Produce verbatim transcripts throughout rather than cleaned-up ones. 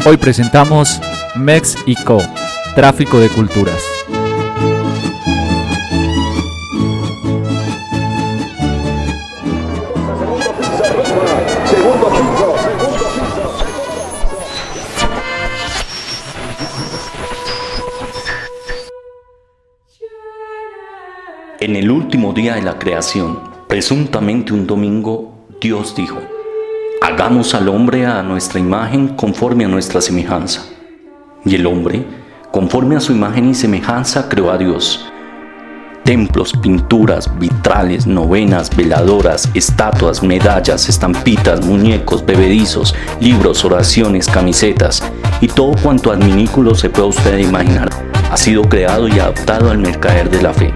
Hoy presentamos Mex y Co, Tráfico de Culturas. En el último día de la creación, presuntamente un domingo, Dios dijo: hagamos al hombre a nuestra imagen conforme a nuestra semejanza. Y el hombre, conforme a su imagen y semejanza, creó a Dios. Templos, pinturas, vitrales, novenas, veladoras, estatuas, medallas, estampitas, muñecos, bebedizos, libros, oraciones, camisetas y todo cuanto adminículo se pueda usted imaginar ha sido creado y adaptado al mercader de la fe.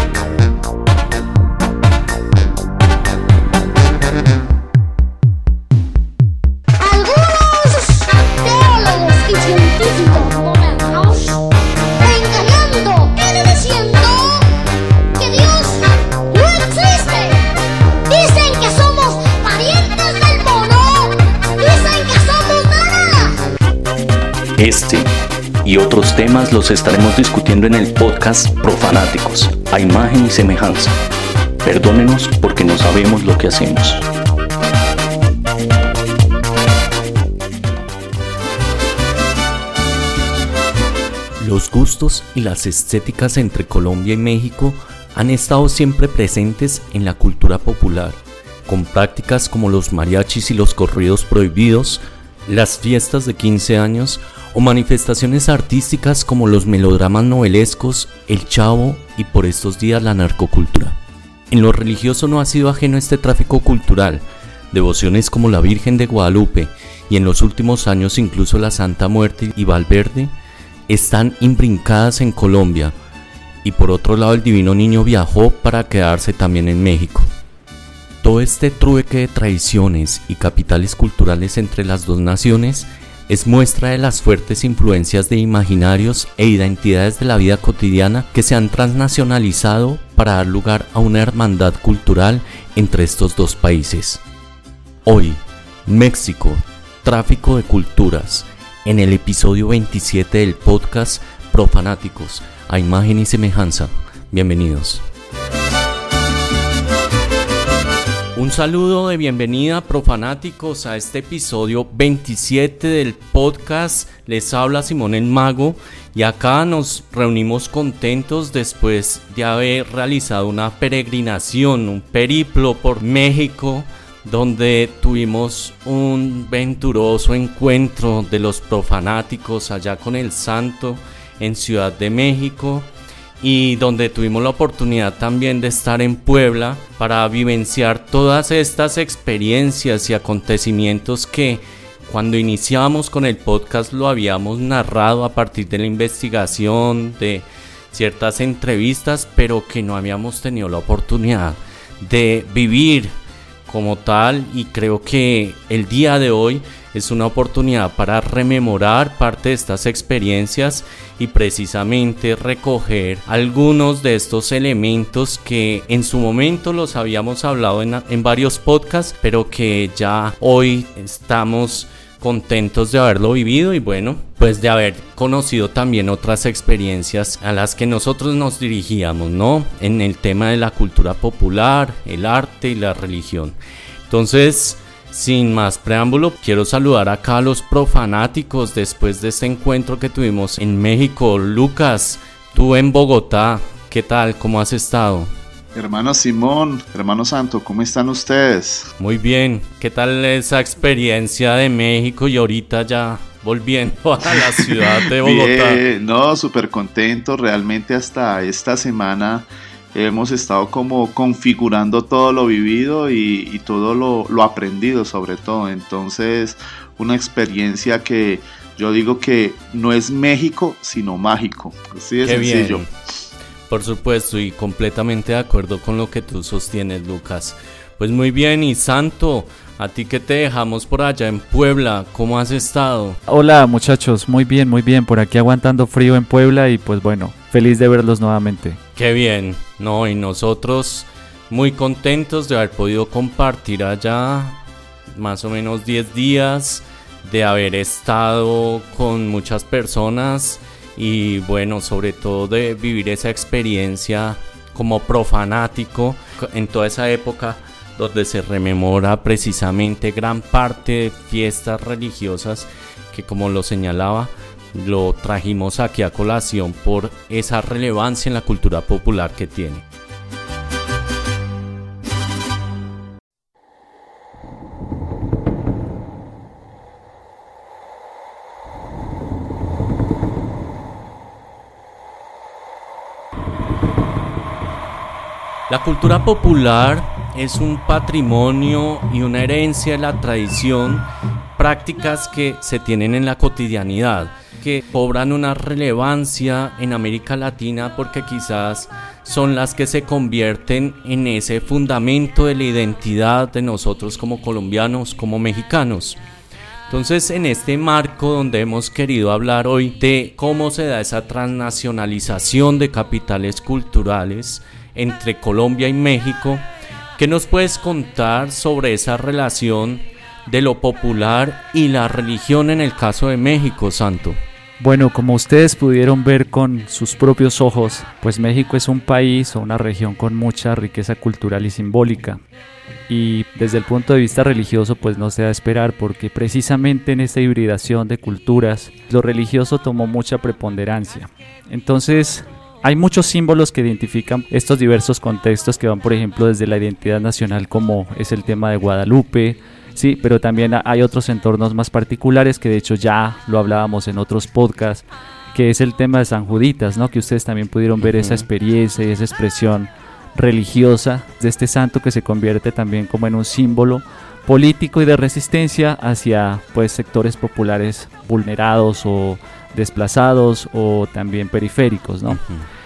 Este y otros temas los estaremos discutiendo en el podcast Profanáticos, a imagen y semejanza. Perdónenos porque no sabemos lo que hacemos. Los gustos y las estéticas entre Colombia y México han estado siempre presentes en la cultura popular, con prácticas como los mariachis y los corridos prohibidos, las fiestas de quince años o manifestaciones artísticas como los melodramas novelescos, el chavo y por estos días la narcocultura. En lo religioso no ha sido ajeno este tráfico cultural, devociones como la Virgen de Guadalupe y en los últimos años incluso la Santa Muerte y Valverde están imbrincadas en Colombia, y por otro lado el Divino Niño viajó para quedarse también en México. Todo este trueque de tradiciones y capitales culturales entre las dos naciones es muestra de las fuertes influencias de imaginarios e identidades de la vida cotidiana que se han transnacionalizado para dar lugar a una hermandad cultural entre estos dos países. Hoy, México, tráfico de culturas, en el episodio veintisiete del podcast Profanáticos, a imagen y semejanza. Bienvenidos. Un saludo de bienvenida, profanáticos, a este episodio veintisiete del podcast. Les habla Simón el Mago y acá nos reunimos contentos después de haber realizado una peregrinación, un periplo por México, donde tuvimos un venturoso encuentro de los profanáticos allá con el Santo en Ciudad de México, y donde tuvimos la oportunidad también de estar en Puebla para vivenciar todas estas experiencias y acontecimientos que cuando iniciamos con el podcast lo habíamos narrado a partir de la investigación, de ciertas entrevistas, pero que no habíamos tenido la oportunidad de vivir como tal, y creo que el día de hoy es una oportunidad para rememorar parte de estas experiencias y precisamente recoger algunos de estos elementos que en su momento los habíamos hablado en, en varios podcasts, pero que ya hoy estamos contentos de haberlo vivido y bueno, pues de haber conocido también otras experiencias a las que nosotros nos dirigíamos, ¿no? En el tema de la cultura popular, el arte y la religión. Entonces, sin más preámbulo, quiero saludar acá a los profanáticos después de este encuentro que tuvimos en México. Lucas, tú en Bogotá, ¿qué tal? ¿Cómo has estado? Hermano Simón, hermano Santo, ¿cómo están ustedes? Muy bien, ¿qué tal esa experiencia de México y ahorita ya volviendo a la ciudad de Bogotá? Bien, no, súper contento, realmente hasta esta semana hemos estado como configurando todo lo vivido y, y todo lo, lo aprendido sobre todo, entonces una experiencia que yo digo que no es México sino mágico, así de Qué sencillo. Bien. Por supuesto, y completamente de acuerdo con lo que tú sostienes, Lucas. Pues muy bien, y Santo, a ti que te dejamos por allá en Puebla, ¿cómo has estado? Hola muchachos, muy bien, muy bien, por aquí aguantando frío en Puebla y pues bueno, feliz de verlos nuevamente. Qué bien, no, y nosotros muy contentos de haber podido compartir allá más o menos diez días de haber estado con muchas personas y bueno, sobre todo de vivir esa experiencia como profanático en toda esa época donde se rememora precisamente gran parte de fiestas religiosas que, como lo señalaba, lo trajimos aquí a colación por esa relevancia en la cultura popular que tiene. La cultura popular es un patrimonio y una herencia de la tradición, prácticas que se tienen en la cotidianidad, que cobran una relevancia en América Latina porque quizás son las que se convierten en ese fundamento de la identidad de nosotros como colombianos, como mexicanos. Entonces, en este marco donde hemos querido hablar hoy de cómo se da esa transnacionalización de capitales culturales entre Colombia y México, ¿qué nos puedes contar sobre esa relación de lo popular y la religión en el caso de México, Santo? Bueno, como ustedes pudieron ver con sus propios ojos, pues México es un país o una región con mucha riqueza cultural y simbólica. Y desde el punto de vista religioso, pues no se da a esperar, porque precisamente en esta hibridación de culturas, lo religioso tomó mucha preponderancia. Entonces, hay muchos símbolos que identifican estos diversos contextos que van, por ejemplo, desde la identidad nacional, como es el tema de Guadalupe, sí, pero también hay otros entornos más particulares que de hecho ya lo hablábamos en otros podcasts, que es el tema de San Juditas, ¿no? Que ustedes también pudieron ver uh-huh. esa experiencia y esa expresión religiosa de este santo que se convierte también como en un símbolo político y de resistencia hacia pues sectores populares vulnerados o desplazados o también periféricos, ¿no? Uh-huh.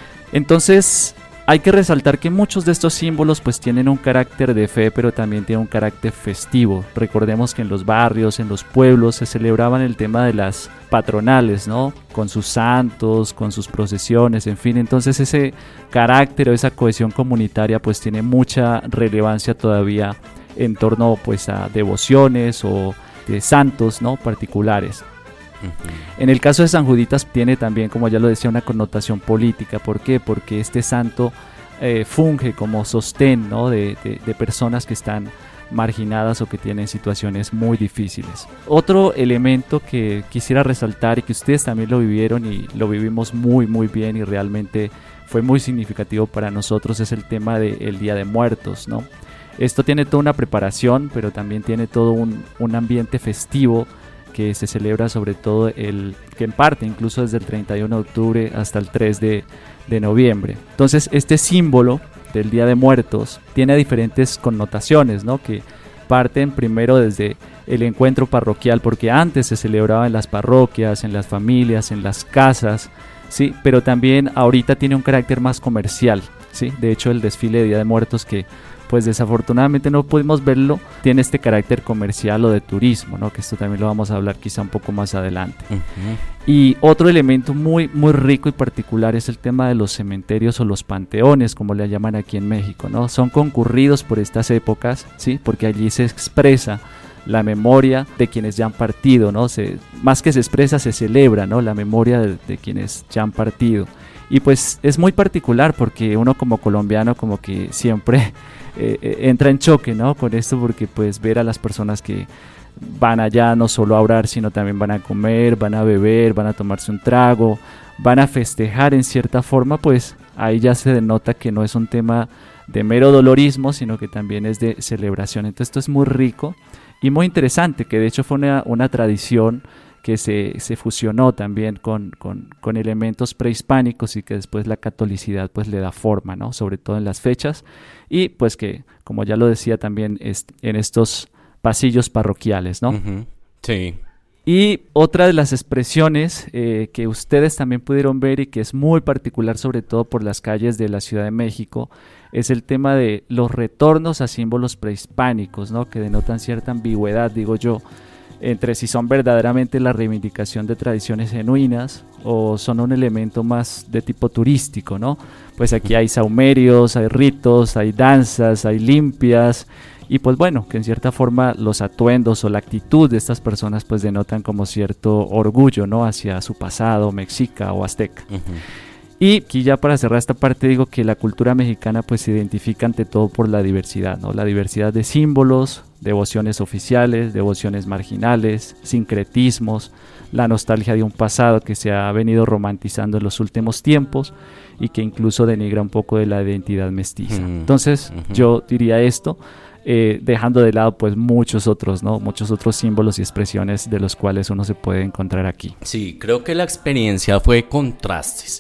Entonces hay que resaltar que muchos de estos símbolos pues tienen un carácter de fe, pero también tienen un carácter festivo. Recordemos que en los barrios, en los pueblos se celebraban el tema de las patronales, ¿no? Con sus santos, con sus procesiones, en fin. Entonces ese carácter o esa cohesión comunitaria pues tiene mucha relevancia todavía en torno pues a devociones o de santos, ¿no? Particulares. Uh-huh. En el caso de San Juditas tiene también, como ya lo decía, una connotación política. ¿Por qué? Porque este santo eh, funge como sostén, ¿no? de, de, de personas que están marginadas o que tienen situaciones muy difíciles. Otro elemento que quisiera resaltar y que ustedes también lo vivieron y lo vivimos muy muy bien y realmente fue muy significativo para nosotros es el tema del Día de Muertos, ¿no? Esto tiene toda una preparación, pero también tiene todo un, un ambiente festivo que se celebra sobre todo el, que en parte incluso desde el treinta y uno de octubre hasta el tres de noviembre. Entonces este símbolo del Día de Muertos tiene diferentes connotaciones, ¿no? Que parten primero desde el encuentro parroquial, porque antes se celebraba en las parroquias, en las familias, en las casas, ¿sí? Pero también ahorita tiene un carácter más comercial, ¿sí? De hecho el desfile de Día de Muertos, que pues desafortunadamente no pudimos verlo, tiene este carácter comercial o de turismo, ¿no? Que esto también lo vamos a hablar quizá un poco más adelante. Uh-huh. Y otro elemento muy, muy rico y particular es el tema de los cementerios o los panteones, como le llaman aquí en México, ¿no? Son concurridos por estas épocas, ¿sí? Porque allí se expresa la memoria de quienes ya han partido, ¿no? Se, más que se expresa, se celebra, ¿no? La memoria de, de quienes ya han partido. Y pues es muy particular porque uno como colombiano como que siempre eh, entra en choque, ¿no? Con esto, porque pues ver a las personas que van allá no solo a orar, sino también van a comer, van a beber, van a tomarse un trago, van a festejar en cierta forma, pues ahí ya se denota que no es un tema de mero dolorismo, sino que también es de celebración. Entonces esto es muy rico y muy interesante, que de hecho fue una, una tradición que se, se fusionó también con, con, con elementos prehispánicos y que después la catolicidad pues le da forma, ¿no? Sobre todo en las fechas, y pues que, como ya lo decía también, es, en estos pasillos parroquiales, ¿no? Uh-huh. Sí. Y otra de las expresiones eh, que ustedes también pudieron ver y que es muy particular, sobre todo por las calles de la Ciudad de México, es el tema de los retornos a símbolos prehispánicos, ¿no? Que denotan cierta ambigüedad, digo yo, entre si son verdaderamente la reivindicación de tradiciones genuinas o son un elemento más de tipo turístico, ¿no? Pues aquí hay saumerios, hay ritos, hay danzas, hay limpias, Y pues bueno, que en cierta forma los atuendos o la actitud de estas personas pues denotan como cierto orgullo, ¿no? Hacia su pasado mexica o azteca. Uh-huh. Y aquí ya para cerrar esta parte digo que la cultura mexicana pues se identifica ante todo por la diversidad, ¿no? La diversidad de símbolos, devociones oficiales, devociones marginales, sincretismos, la nostalgia de un pasado que se ha venido romantizando en los últimos tiempos y que incluso denigra un poco de la identidad mestiza. Uh-huh. Entonces uh-huh. yo diría esto, eh, dejando de lado pues muchos otros, ¿no? Muchos otros símbolos y expresiones de los cuales uno se puede encontrar aquí. Sí, creo que la experiencia fue contrastes.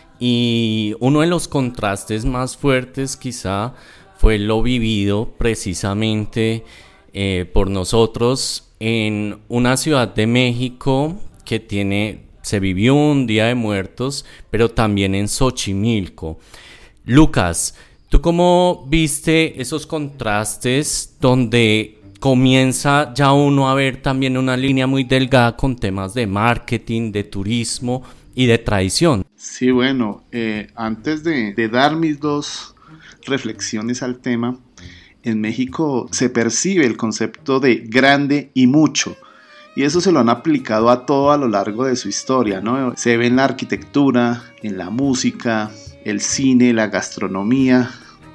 Y uno de los contrastes más fuertes quizá fue lo vivido precisamente eh, por nosotros en una ciudad de México que tiene, se vivió un Día de Muertos, pero también en Xochimilco. Lucas, ¿tú cómo viste esos contrastes donde comienza ya uno a ver también una línea muy delgada con temas de marketing, de turismo y de tradición? Sí, bueno, eh, antes de, de dar mis dos reflexiones al tema, en México se percibe el concepto de grande y mucho, y eso se lo han aplicado a todo a lo largo de su historia, ¿no? Se ve en la arquitectura, en la música, el cine, la gastronomía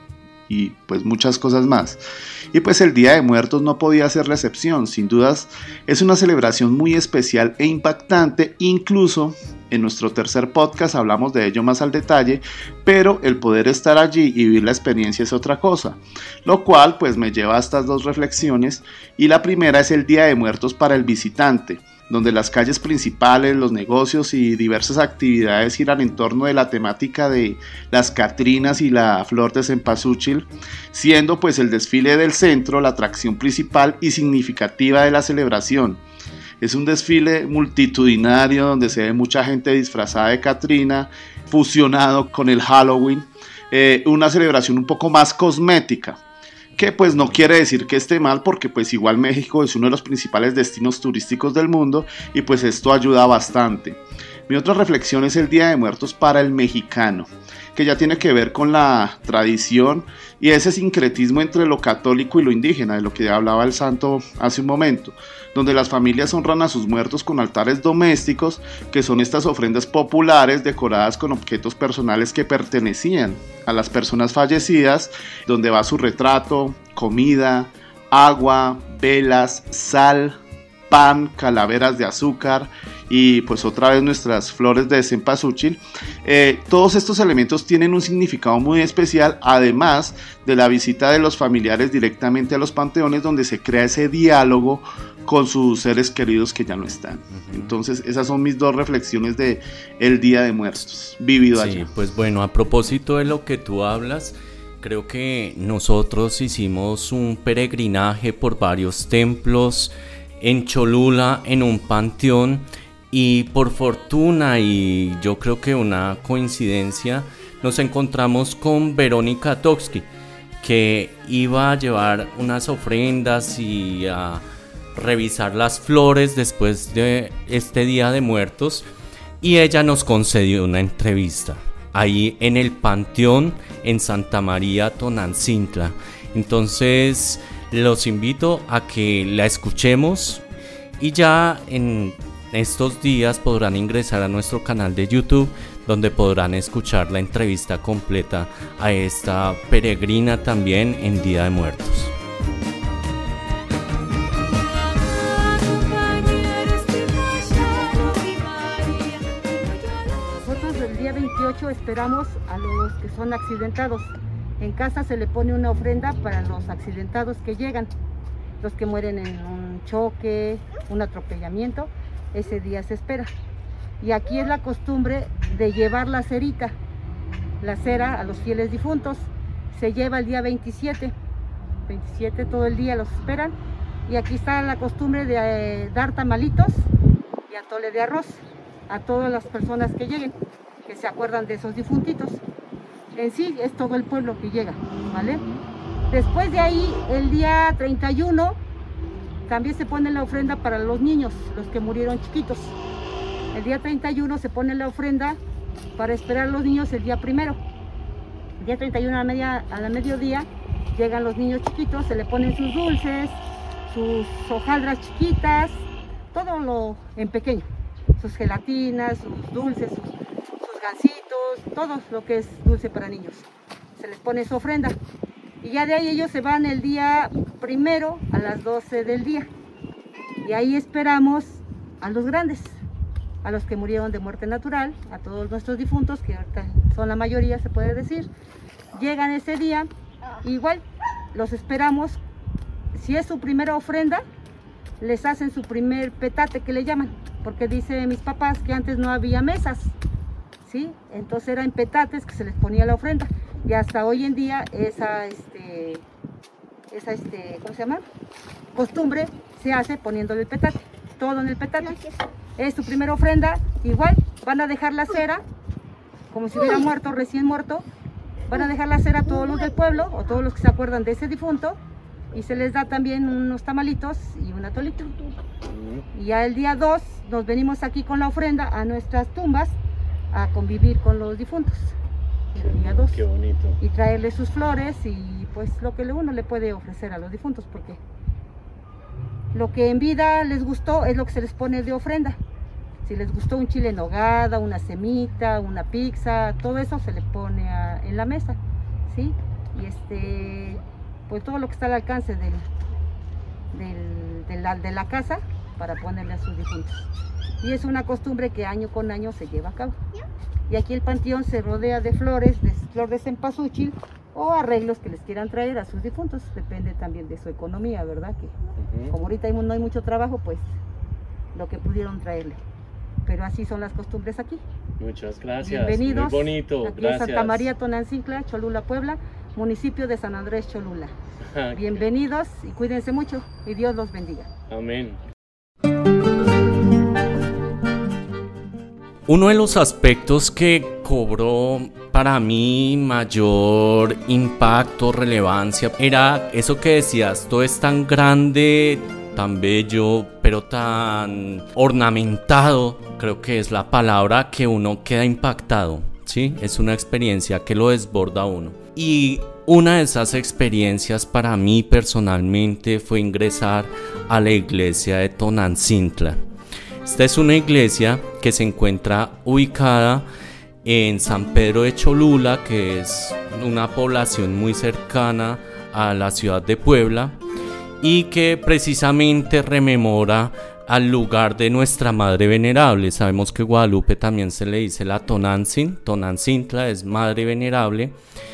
y pues muchas cosas más. Y pues el Día de Muertos no podía ser la excepción. Sin dudas es una celebración muy especial e impactante. Incluso en nuestro tercer podcast hablamos de ello más al detalle, pero el poder estar allí y vivir la experiencia es otra cosa, lo cual pues me lleva a estas dos reflexiones. Y la primera es el Día de Muertos para el visitante, donde las calles principales, los negocios y diversas actividades giran en torno de la temática de las Catrinas y la flor de cempasúchil, siendo pues el desfile del centro la atracción principal y significativa de la celebración. Es un desfile multitudinario donde se ve mucha gente disfrazada de Catrina, fusionado con el Halloween, eh, una celebración un poco más cosmética, que pues no quiere decir que esté mal, porque pues igual México es uno de los principales destinos turísticos del mundo y pues esto ayuda bastante. Mi otra reflexión es el Día de Muertos para el mexicano, que ya tiene que ver con la tradición y ese sincretismo entre lo católico y lo indígena, de lo que hablaba el santo hace un momento, donde las familias honran a sus muertos con altares domésticos, que son estas ofrendas populares decoradas con objetos personales que pertenecían a las personas fallecidas, donde va su retrato, comida, agua, velas, sal, pan, calaveras de azúcar y pues otra vez nuestras flores de cempasúchil. Eh, todos estos elementos tienen un significado muy especial, además de la visita de los familiares directamente a los panteones, donde se crea ese diálogo con sus seres queridos que ya no están. Uh-huh. Entonces esas son mis dos reflexiones de el Día de Muertos vivido allá. Sí, pues bueno, a propósito de lo que tú hablas, creo que nosotros hicimos un peregrinaje por varios templos en Cholula, en un panteón, y por fortuna y yo creo que una coincidencia nos encontramos con Verónica Toksky, que iba a llevar unas ofrendas y a revisar las flores después de este Día de Muertos, y ella nos concedió una entrevista ahí en el panteón en Santa María Tonancintla. Entonces los invito a que la escuchemos y ya en estos días podrán ingresar a nuestro canal de YouTube, donde podrán escuchar la entrevista completa a esta peregrina también en Día de Muertos. Nosotros el día veintiocho esperamos a los que son accidentados. En casa se le pone una ofrenda para los accidentados que llegan, los que mueren en un choque, un atropellamiento, ese día se espera. Y aquí es la costumbre de llevar la cerita, la cera a los fieles difuntos. Se lleva el día veintisiete, veintisiete todo el día los esperan. Y aquí está la costumbre de eh, dar tamalitos y atole de arroz a todas las personas que lleguen, que se acuerdan de esos difuntitos. En sí es todo el pueblo que llega, ¿vale? Después de ahí, el día treinta y uno, también se pone la ofrenda para los niños, los que murieron chiquitos. El día treinta y uno se pone la ofrenda para esperar a los niños el día primero. El día treinta y uno a la, media, a la mediodía llegan los niños chiquitos, se le ponen sus dulces, sus hojaldras chiquitas, todo lo en pequeño, sus gelatinas, sus dulces, sus, sus gansitos, todo lo que es dulce para niños. Se les pone su ofrenda y ya de ahí ellos se van el día primero a las doce del día y ahí esperamos a los grandes, a los que murieron de muerte natural, a todos nuestros difuntos, que ahorita son la mayoría, se puede decir. Llegan ese día, igual los esperamos. Si es su primera ofrenda, les hacen su primer petate, que le llaman, porque dice mis papás que antes no había mesas, ¿sí? Entonces eran petates que se les ponía la ofrenda, y hasta hoy en día esa, este, esa este, ¿cómo se llama? Costumbre se hace poniéndole el petate, todo en el petate. Es su primera ofrenda, igual van a dejar la cera, como si hubiera muerto, recién muerto, van a dejar la cera a todos los del pueblo, o todos los que se acuerdan de ese difunto, y se les da también unos tamalitos y un atolito. Y ya el día dos nos venimos aquí con la ofrenda a nuestras tumbas a convivir con los difuntos. El día dos. Qué bonito. Y traerles sus flores y pues lo que uno le puede ofrecer a los difuntos, porque lo que en vida les gustó es lo que se les pone de ofrenda. Si les gustó un chile en nogada, una semita, una pizza, todo eso se le pone a, en la mesa, ¿sí? Y este, pues todo lo que está al alcance del, del, de, la, de la casa para ponerle a sus difuntos. Y es una costumbre que año con año se lleva a cabo. Y aquí el panteón se rodea de flores, de flor de cempasúchil o arreglos que les quieran traer a sus difuntos. Depende también de su economía, ¿verdad? Que uh-huh. Como ahorita no hay mucho trabajo, pues lo que pudieron traerle. Pero así son las costumbres aquí. Muchas gracias. Bienvenidos. Muy bonito. Aquí gracias. en Santa María Tonancincla, Cholula, Puebla, municipio de San Andrés, Cholula. Bienvenidos y cuídense mucho y Dios los bendiga. Amén. Uno de los aspectos que cobró para mí mayor impacto, relevancia, era eso que decías, todo es tan grande, tan bello, pero tan ornamentado, creo que es la palabra, que uno queda impactado, ¿sí? Es una experiencia que lo desborda a uno. Y una de esas experiencias para mí personalmente fue ingresar a la iglesia de Tonancintla. Esta es una iglesia que se encuentra ubicada en San Pedro de Cholula, que es una población muy cercana a la ciudad de Puebla y que precisamente rememora al lugar de nuestra Madre Venerable. Sabemos que Guadalupe también se le dice la Tonancin, Tonancintla es Madre Venerable,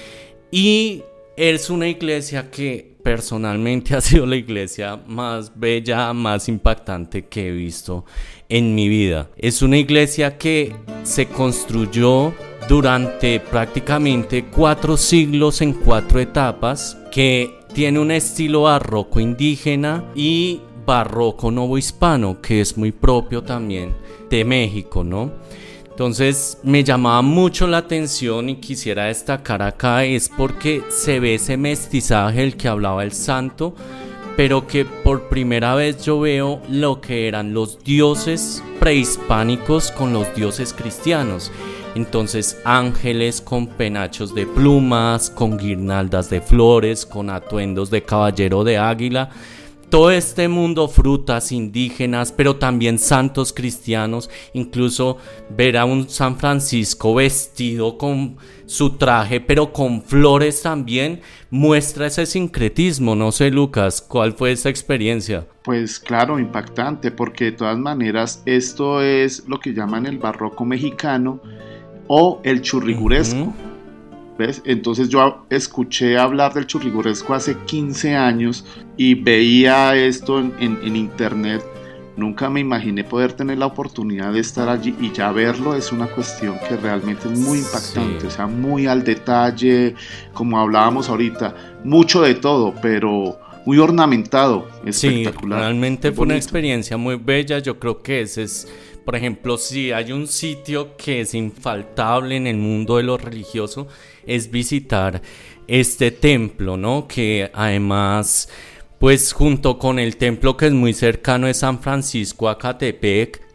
y es una iglesia que personalmente ha sido la iglesia más bella, más impactante que he visto en mi vida. Es una iglesia que se construyó durante prácticamente cuatro siglos en cuatro etapas, que tiene un estilo barroco indígena y barroco novohispano, que es muy propio también de México, ¿no? Entonces me llamaba mucho la atención y quisiera destacar acá es porque se ve ese mestizaje del que hablaba el santo, pero que por primera vez yo veo lo que eran los dioses prehispánicos con los dioses cristianos. Entonces ángeles con penachos de plumas, con guirnaldas de flores, con atuendos de caballero de águila. Todo este mundo, frutas indígenas, pero también santos cristianos, incluso ver a un San Francisco vestido con su traje, pero con flores también, muestra ese sincretismo. No sé, Lucas, ¿cuál fue esa experiencia? Pues claro, impactante, porque de todas maneras esto es lo que llaman el barroco mexicano o el churriguresco. Uh-huh. ¿Ves? Entonces yo escuché hablar del churriguresco hace quince años y veía esto en, en, en internet. Nunca me imaginé poder tener la oportunidad de estar allí y ya verlo es una cuestión que realmente es muy impactante, sí. O sea, muy al detalle, como hablábamos ahorita, mucho de todo, pero muy ornamentado, espectacular. Sí, realmente fue una experiencia muy bella. Yo creo que ese es, por ejemplo, si hay un sitio que es infaltable en el mundo de lo religioso, es visitar este templo, ¿no? Que además, pues junto con el templo que es muy cercano de San Francisco Acatepec,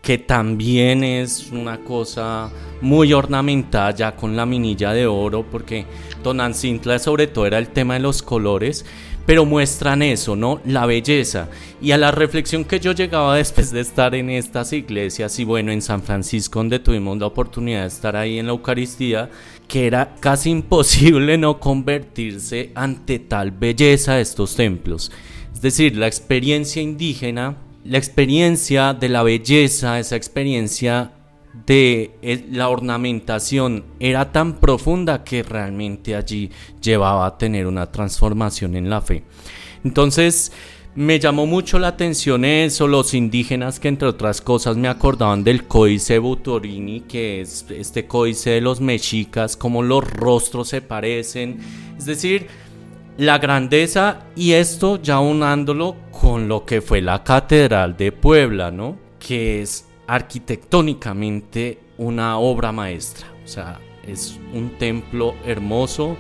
que también es una cosa muy ornamentada ya con la minilla de oro, porque Tonancintla sobre todo era el tema de los colores, pero muestran eso, ¿no? La belleza. Y a la reflexión que yo llegaba después de estar en estas iglesias, y bueno, en San Francisco, donde tuvimos la oportunidad de estar ahí en la Eucaristía, que era casi imposible no convertirse ante tal belleza de estos templos. Es decir, la experiencia indígena, la experiencia de la belleza, esa experiencia de la ornamentación era tan profunda que realmente allí llevaba a tener una transformación en la fe. Entonces me llamó mucho la atención eso, los indígenas que entre otras cosas me acordaban del códice Butorini, que es este códice de los mexicas, cómo los rostros se parecen, es decir, la grandeza, y esto ya unándolo con lo que fue la Catedral de Puebla, ¿no? Que es arquitectónicamente una obra maestra, o sea, es un templo hermoso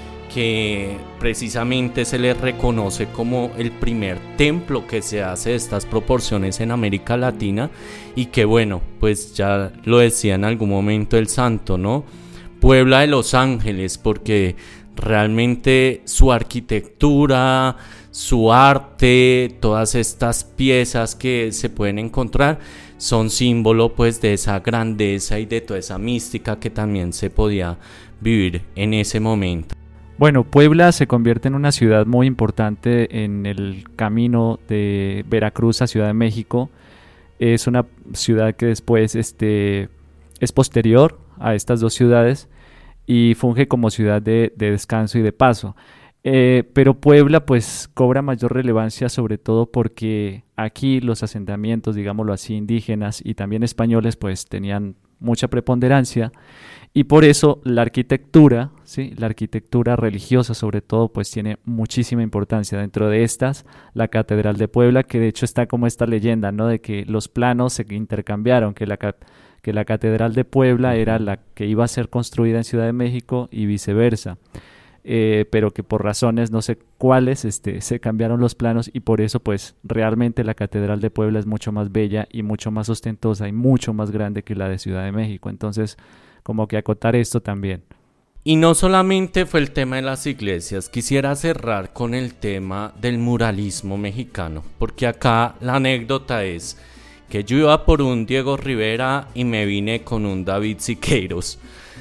que precisamente se le reconoce como el primer templo que se hace de estas proporciones en América Latina, y que bueno, pues ya lo decía en algún momento el santo, ¿no? Puebla de Los Ángeles, porque realmente su arquitectura, su arte, todas estas piezas que se pueden encontrar son símbolo pues de esa grandeza y de toda esa mística que también se podía vivir en ese momento. Bueno, Puebla se convierte en una ciudad muy importante en el camino de Veracruz a Ciudad de México. Es una ciudad que después este, es posterior a estas dos ciudades y funge como ciudad de, de descanso y de paso. Eh, pero Puebla pues cobra mayor relevancia sobre todo porque aquí los asentamientos, digámoslo así, indígenas y también españoles pues tenían mucha preponderancia, y por eso la arquitectura, ¿sí? La arquitectura religiosa sobre todo pues tiene muchísima importancia. Dentro de estas, la Catedral de Puebla, que de hecho está como esta leyenda, ¿no? De que los planos se intercambiaron, que la que la Catedral de Puebla era la que iba a ser construida en Ciudad de México y viceversa. Eh, pero que por razones no sé cuáles este, se cambiaron los planos, y por eso pues realmente la Catedral de Puebla es mucho más bella y mucho más ostentosa y mucho más grande que la de Ciudad de México. Entonces como que acotar esto también. Y no solamente fue el tema de las iglesias, quisiera cerrar con el tema del muralismo mexicano, porque acá la anécdota es que yo iba por un Diego Rivera y me vine con un David Siqueiros.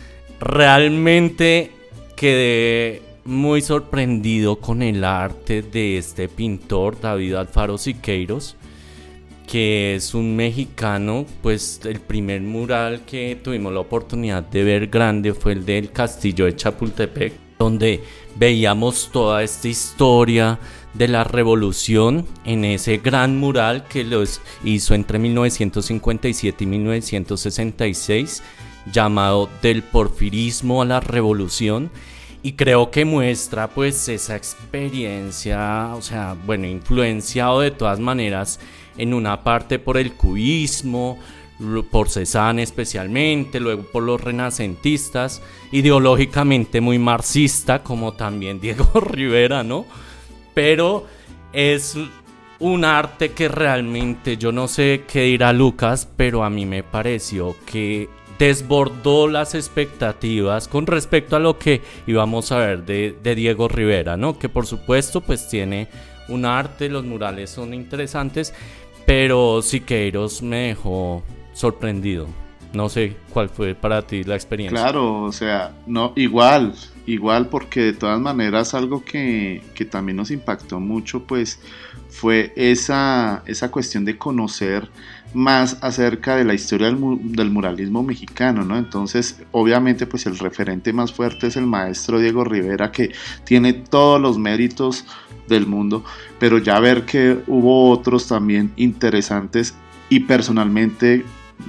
Realmente quedé muy sorprendido con el arte de este pintor, David Alfaro Siqueiros, que es un mexicano. Pues el primer mural que tuvimos la oportunidad de ver grande fue el del Castillo de Chapultepec, donde veíamos toda esta historia de la revolución en ese gran mural que los hizo entre mil novecientos cincuenta y siete y mil novecientos sesenta y seis, llamado Del Porfirismo a la Revolución, y creo que muestra pues esa experiencia, o sea, bueno, influenciado de todas maneras en una parte por el cubismo, por Cézanne especialmente, luego por los renacentistas, ideológicamente muy marxista como también Diego Rivera, ¿no? Pero es un arte que realmente, yo no sé qué dirá Lucas, pero a mí me pareció que desbordó las expectativas con respecto a lo que íbamos a ver de, de Diego Rivera, ¿no? Que por supuesto pues tiene un arte, los murales son interesantes, pero Siqueiros me dejó sorprendido. No sé cuál fue para ti la experiencia. Claro, o sea, no, igual, igual porque de todas maneras algo que, que también nos impactó mucho pues fue esa, esa cuestión de conocer más acerca de la historia del, del muralismo mexicano, ¿no? Entonces, obviamente, pues el referente más fuerte es el maestro Diego Rivera, que tiene todos los méritos del mundo, pero ya ver que hubo otros también interesantes y personalmente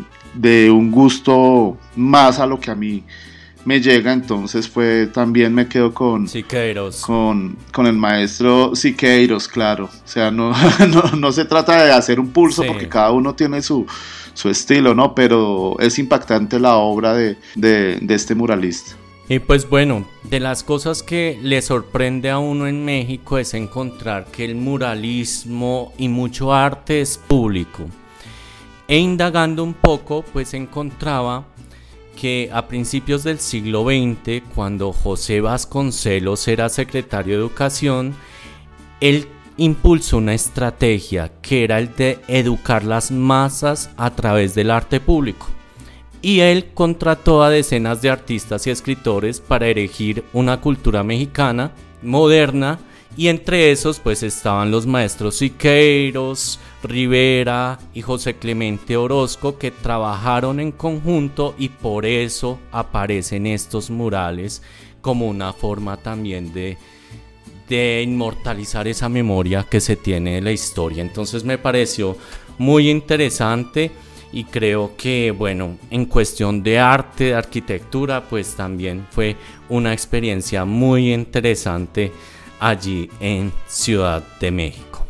de un gusto más a lo que a mí me llega, entonces fue también me quedo con Siqueiros, con, con el maestro Siqueiros, claro, o sea, no, no, no se trata de hacer un pulso, sí, porque cada uno tiene su, su estilo, ¿no? Pero es impactante la obra de, de, de este muralista. Y pues bueno, de las cosas que le sorprende a uno en México es encontrar que el muralismo y mucho arte es público. E indagando un poco, pues encontraba que a principios del siglo veinte, cuando José Vasconcelos era secretario de Educación, él impulsó una estrategia que era el de educar las masas a través del arte público. Y él contrató a decenas de artistas y escritores para erigir una cultura mexicana moderna, y entre esos pues estaban los maestros Siqueiros, Rivera y José Clemente Orozco, que trabajaron en conjunto, y por eso aparecen estos murales como una forma también de, de inmortalizar esa memoria que se tiene de la historia. Entonces me pareció muy interesante, y creo que, bueno, en cuestión de arte, de arquitectura, pues también fue una experiencia muy interesante allí en Ciudad de México.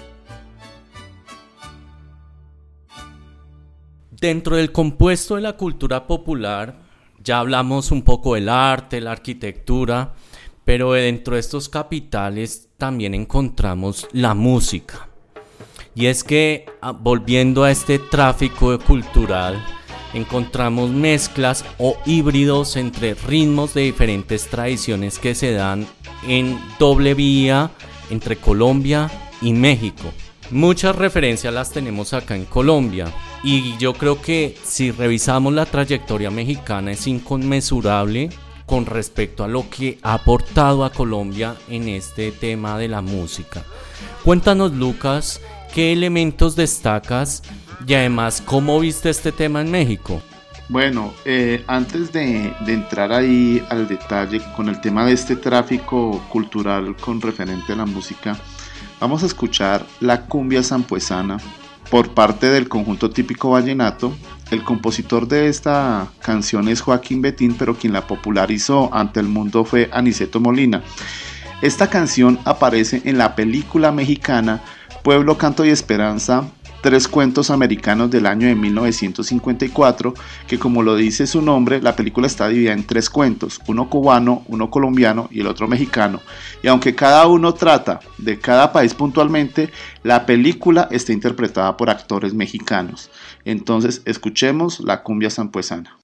Dentro del compuesto de la cultura popular, ya hablamos un poco del arte, la arquitectura, pero dentro de estos capitales también encontramos la música. Y es que, volviendo a este tráfico cultural, encontramos mezclas o híbridos entre ritmos de diferentes tradiciones que se dan en doble vía entre Colombia y México. Muchas referencias las tenemos acá en Colombia, y yo creo que si revisamos la trayectoria mexicana es inconmensurable con respecto a lo que ha aportado a Colombia en este tema de la música. Cuéntanos, Lucas, ¿qué elementos destacas y además cómo viste este tema en México? Bueno, eh, antes de, de entrar ahí al detalle con el tema de este tráfico cultural con referente a la música, vamos a escuchar la cumbia sampuesana por parte del conjunto típico vallenato. El compositor de esta canción es Joaquín Betín, pero quien la popularizó ante el mundo fue Aniceto Molina. Esta canción aparece en la película mexicana Pueblo, Canto y Esperanza, Tres Cuentos Americanos, del año de mil novecientos cincuenta y cuatro, que, como lo dice su nombre, la película está dividida en tres cuentos, uno cubano, uno colombiano y el otro mexicano. Y aunque cada uno trata de cada país puntualmente, la película está interpretada por actores mexicanos. Entonces, escuchemos la cumbia sampuesana.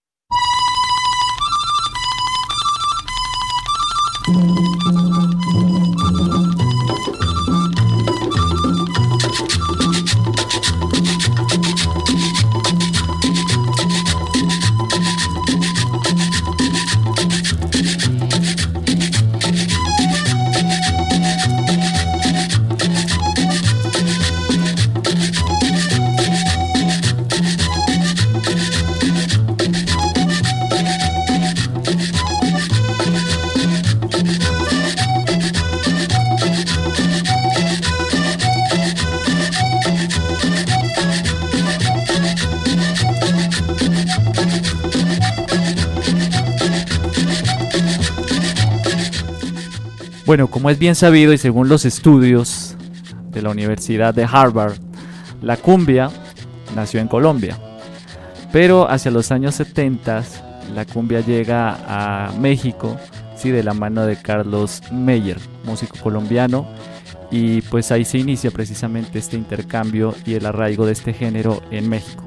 Bueno, como es bien sabido y según los estudios de la Universidad de Harvard, la cumbia nació en Colombia, pero hacia los años setenta la cumbia llega a México, sí, de la mano de Carlos Meyer, músico colombiano, y pues ahí se inicia precisamente este intercambio y el arraigo de este género en México.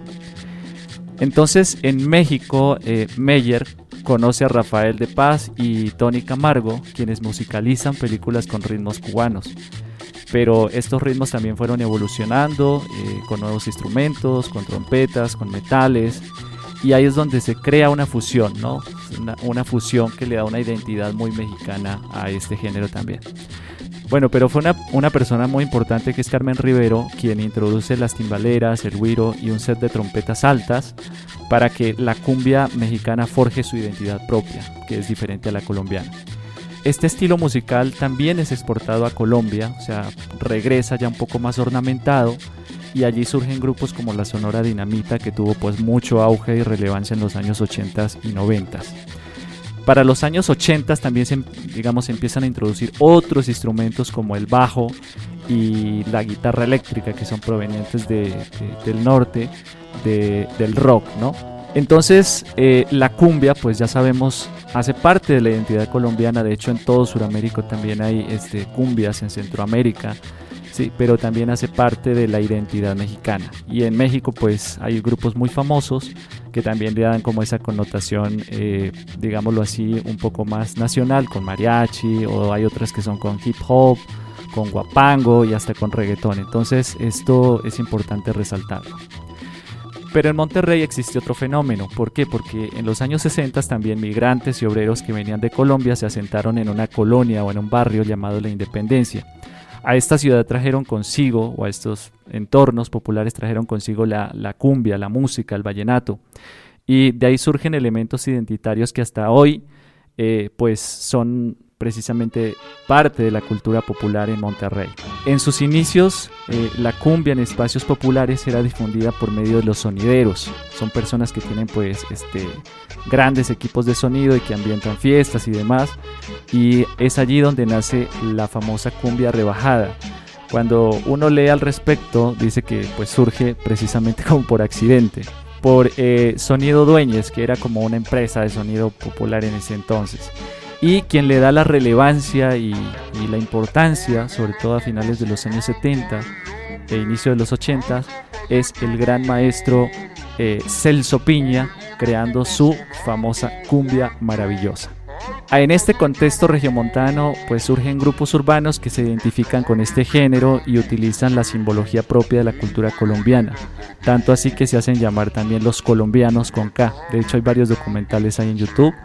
Entonces, en México, eh, Meyer conoce a Rafael de Paz y Tony Camargo, quienes musicalizan películas con ritmos cubanos. Pero estos ritmos también fueron evolucionando eh, con nuevos instrumentos, con trompetas, con metales, y ahí es donde se crea una fusión, ¿no? Una, una fusión que le da una identidad muy mexicana a este género también. Bueno, pero fue una, una persona muy importante, que es Carmen Rivero, quien introduce las timbaleras, el güiro y un set de trompetas altas para que la cumbia mexicana forje su identidad propia, que es diferente a la colombiana. Este estilo musical también es exportado a Colombia, o sea, regresa ya un poco más ornamentado, y allí surgen grupos como la Sonora Dinamita, que tuvo pues mucho auge y relevancia en los años ochenta y noventa. Para los años ochenta también se, digamos, se empiezan a introducir otros instrumentos como el bajo y la guitarra eléctrica, que son provenientes de, de, del norte de, del rock, ¿no? Entonces eh, la cumbia, pues ya sabemos, hace parte de la identidad colombiana. De hecho, en todo Sudamérica también hay este, cumbias, en Centroamérica, Sí, pero también hace parte de la identidad mexicana. Y en México pues hay grupos muy famosos que también le dan como esa connotación, eh, digámoslo así, un poco más nacional, con mariachi, o hay otras que son con hip hop, con guapango y hasta con reggaetón. Entonces esto es importante resaltarlo. Pero en Monterrey existe otro fenómeno. ¿Por qué? Porque en los años sesenta también migrantes y obreros que venían de Colombia se asentaron en una colonia o en un barrio llamado La Independencia. A esta ciudad trajeron consigo, o a estos entornos populares trajeron consigo la, la cumbia, la música, el vallenato. Y de ahí surgen elementos identitarios que hasta hoy eh, pues son precisamente parte de la cultura popular en Monterrey. En sus inicios, eh, la cumbia en espacios populares era difundida por medio de los sonideros. Son personas que tienen pues este, grandes equipos de sonido y que ambientan fiestas y demás. Y es allí donde nace la famosa cumbia rebajada. Cuando uno lee al respecto, dice que pues surge precisamente como por accidente, por eh, Sonido Dueñez, que era como una empresa de sonido popular en ese entonces. Y quien le da la relevancia y, y la importancia, sobre todo a finales de los años setenta e inicio de los ochenta, es el gran maestro eh, Celso Piña, creando su famosa cumbia maravillosa. En este contexto regiomontano pues surgen grupos urbanos que se identifican con este género y utilizan la simbología propia de la cultura colombiana, tanto así que se hacen llamar también los colombianos con K. De hecho hay varios documentales ahí en YouTube.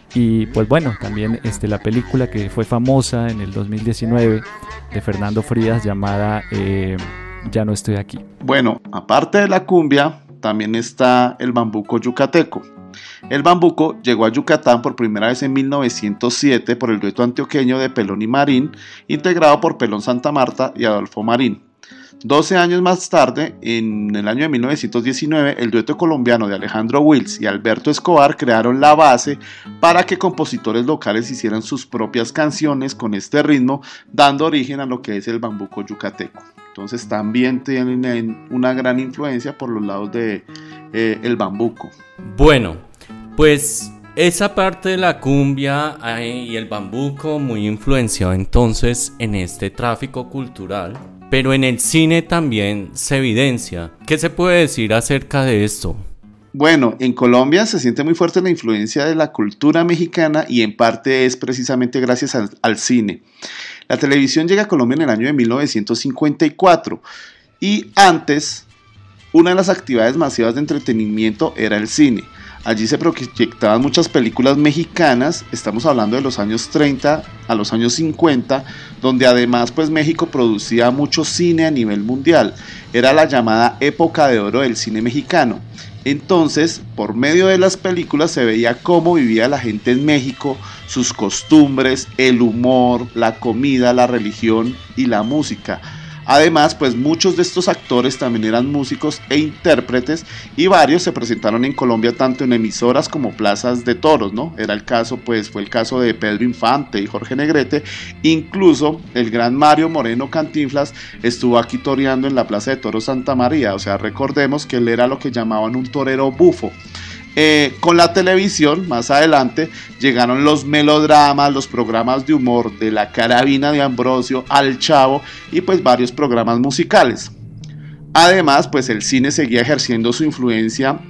Y pues bueno, también este, la película que fue famosa en el dos mil diecinueve de Fernando Frías llamada eh, Ya no estoy aquí. Bueno, aparte de la cumbia, también está el bambuco yucateco. El bambuco llegó a Yucatán por primera vez en mil novecientos siete por el dueto antioqueño de Pelón y Marín, integrado por Pelón Santa Marta y Adolfo Marín. doce años más tarde, en el año de mil novecientos diecinueve, el dueto colombiano de Alejandro Wills y Alberto Escobar crearon la base para que compositores locales hicieran sus propias canciones con este ritmo, dando origen a lo que es el bambuco yucateco. Entonces también tienen una gran influencia por los lados de eh, el bambuco. Bueno, pues esa parte de la cumbia eh, y el bambuco muy influenciado entonces en este tráfico cultural. Pero en el cine también se evidencia. ¿Qué se puede decir acerca de esto? Bueno, en Colombia se siente muy fuerte la influencia de la cultura mexicana y en parte es precisamente gracias al, al cine. La televisión llega a Colombia en el año de mil novecientos cincuenta y cuatro y antes una de las actividades masivas de entretenimiento era el cine. Allí se proyectaban muchas películas mexicanas, estamos hablando de los años treinta a los años cincuenta, donde además pues México producía mucho cine a nivel mundial. Era la llamada época de oro del cine mexicano. Entonces, por medio de las películas se veía cómo vivía la gente en México, sus costumbres, el humor, la comida, la religión y la música. Además, pues muchos de estos actores también eran músicos e intérpretes y varios se presentaron en Colombia tanto en emisoras como plazas de toros, ¿no? Era el caso, pues fue el caso de Pedro Infante y Jorge Negrete. Incluso el gran Mario Moreno Cantinflas estuvo aquí toreando en la Plaza de Toros Santa María. O sea, recordemos que él era lo que llamaban un torero bufo. Eh, con la televisión, más adelante, llegaron los melodramas, los programas de humor de La Carabina de Ambrosio, Al Chavo y pues varios programas musicales. Además, pues el cine seguía ejerciendo su influencia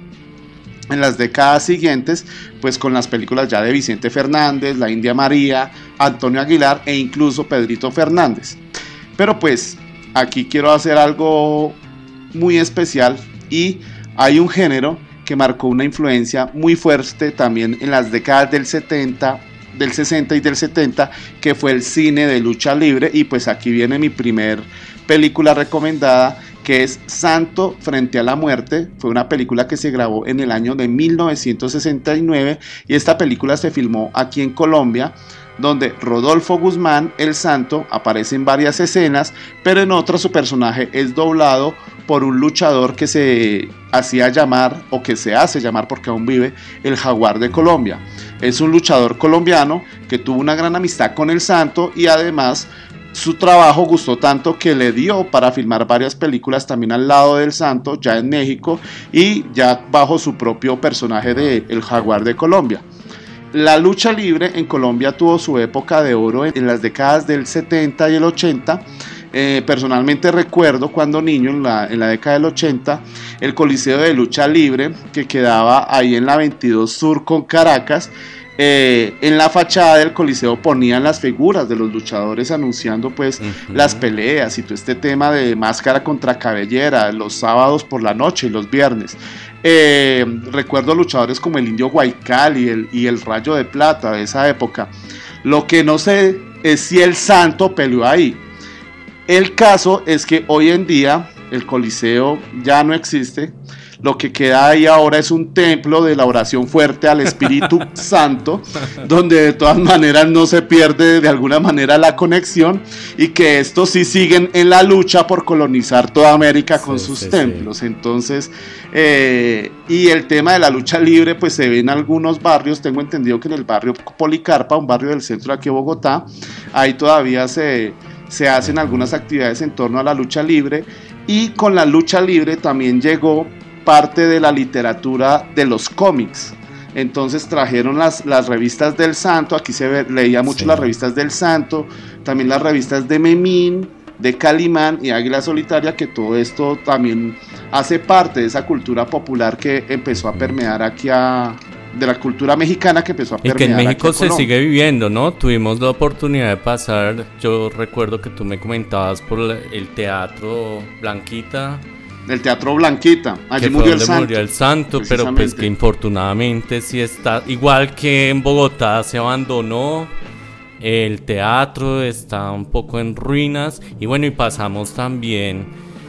en las décadas siguientes, pues con las películas ya de Vicente Fernández, La India María, Antonio Aguilar e incluso Pedrito Fernández. Pero pues aquí quiero hacer algo muy especial y hay un género que marcó una influencia muy fuerte también en las décadas del setenta, del sesenta y del setenta, que fue el cine de lucha libre. Y pues aquí viene mi primer película recomendada, que es Santo frente a la muerte. Fue una película que se grabó en el año de mil novecientos sesenta y nueve y esta película se filmó aquí en Colombia, donde Rodolfo Guzmán, el Santo, aparece en varias escenas, pero en otras su personaje es doblado por un luchador que se hacía llamar, o que se hace llamar porque aún vive, el Jaguar de Colombia. Es un luchador colombiano que tuvo una gran amistad con el Santo y además su trabajo gustó tanto que le dio para filmar varias películas también al lado del Santo, ya en México, y ya bajo su propio personaje de El Jaguar de Colombia. La lucha libre en Colombia tuvo su época de oro en las décadas del setenta y el ochenta. Eh, personalmente recuerdo cuando niño, en la, en la década del ochenta, el Coliseo de Lucha Libre, que quedaba ahí en la veintidós Sur con Caracas, eh, en la fachada del Coliseo ponían las figuras de los luchadores anunciando pues uh-huh. las peleas y todo este tema de máscara contra cabellera, los sábados por la noche y los viernes. Eh, recuerdo luchadores como el Indio Guaycal y el, y el Rayo de Plata de esa época. Lo que no sé es si el Santo peleó ahí. El caso es que hoy en día el Coliseo ya no existe. Lo que queda ahí ahora es un templo de la oración fuerte al Espíritu Santo, donde de todas maneras no se pierde de alguna manera la conexión, y que estos sí siguen en la lucha por colonizar toda América con sí, sus sí, templos. Sí. Entonces, eh, y el tema de la lucha libre pues se ve en algunos barrios. Tengo entendido que en el barrio Policarpa, un barrio del centro de aquí de Bogotá, ahí todavía se... se hacen algunas actividades en torno a la lucha libre, y con la lucha libre también llegó parte de la literatura de los cómics. Entonces trajeron las, las revistas del Santo, aquí se ve, leía mucho sí. las revistas del Santo, también las revistas de Memín, de Calimán y Águila Solitaria, que todo esto también hace parte de esa cultura popular que empezó a permear aquí a... de la cultura mexicana que empezó a permear. Y que en México se sigue viviendo, ¿no? Tuvimos la oportunidad de pasar, yo recuerdo que tú me comentabas por el Teatro Blanquita. El Teatro Blanquita, allí murió el Santo. murió el Santo, pero pues que infortunadamente sí está, igual que en Bogotá se abandonó, el teatro está un poco en ruinas, y bueno, y pasamos también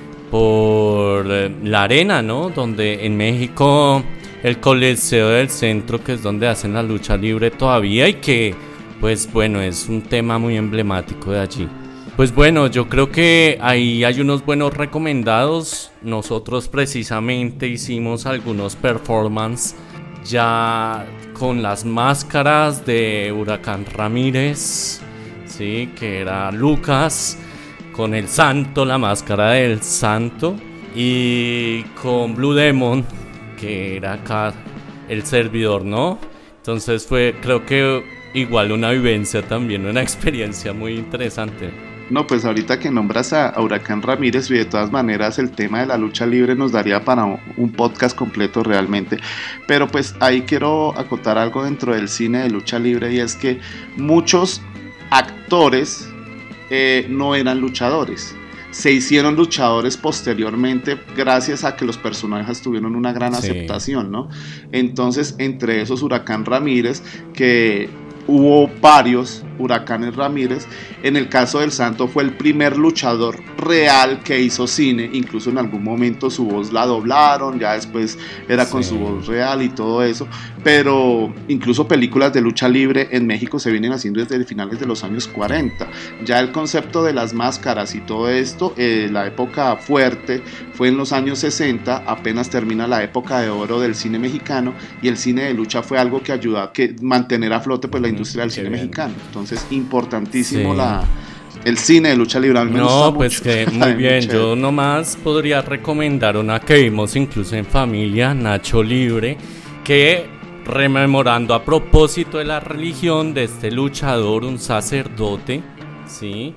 por la arena, ¿no? Donde en México... el Coliseo del Centro, que es donde hacen la lucha libre todavía, y que, pues bueno, es un tema muy emblemático de allí. Pues bueno, yo creo que ahí hay unos buenos recomendados. Nosotros precisamente hicimos algunos performances ya con las máscaras de Huracán Ramírez, sí, que era Lucas, con el Santo, la máscara del Santo, y con Blue Demon, que era acá el servidor, ¿no? Entonces fue, creo que igual una vivencia también, una experiencia muy interesante. No, pues ahorita que nombras a, a Huracán Ramírez, y de todas maneras el tema de la lucha libre nos daría para un, un podcast completo realmente, pero pues ahí quiero acotar algo dentro del cine de lucha libre, y es que muchos actores eh, no eran luchadores. Se hicieron luchadores posteriormente gracias a que los personajes tuvieron una gran sí. aceptación, ¿no? Entonces, entre esos Huracán Ramírez, que hubo varios Huracanes Ramírez. En el caso del Santo fue el primer luchador real que hizo cine, incluso en algún momento su voz la doblaron, ya después era con sí. su voz real y todo eso, pero incluso películas de lucha libre en México se vienen haciendo desde finales de los años cuarenta. Ya el concepto de las máscaras y todo esto, eh, la época fuerte fue en los años sesenta, apenas termina la época de oro del cine mexicano, y el cine de lucha fue algo que ayudó a que mantener a flote pues la industria del cine bien. mexicano. Entonces, importantísimo sí. la el cine de lucha libre. A mí me no, gusta pues mucho. que muy bien. Yo nomás podría recomendar una que vimos incluso en familia, Nacho Libre, que rememorando a propósito de la religión de este luchador, un sacerdote, sí,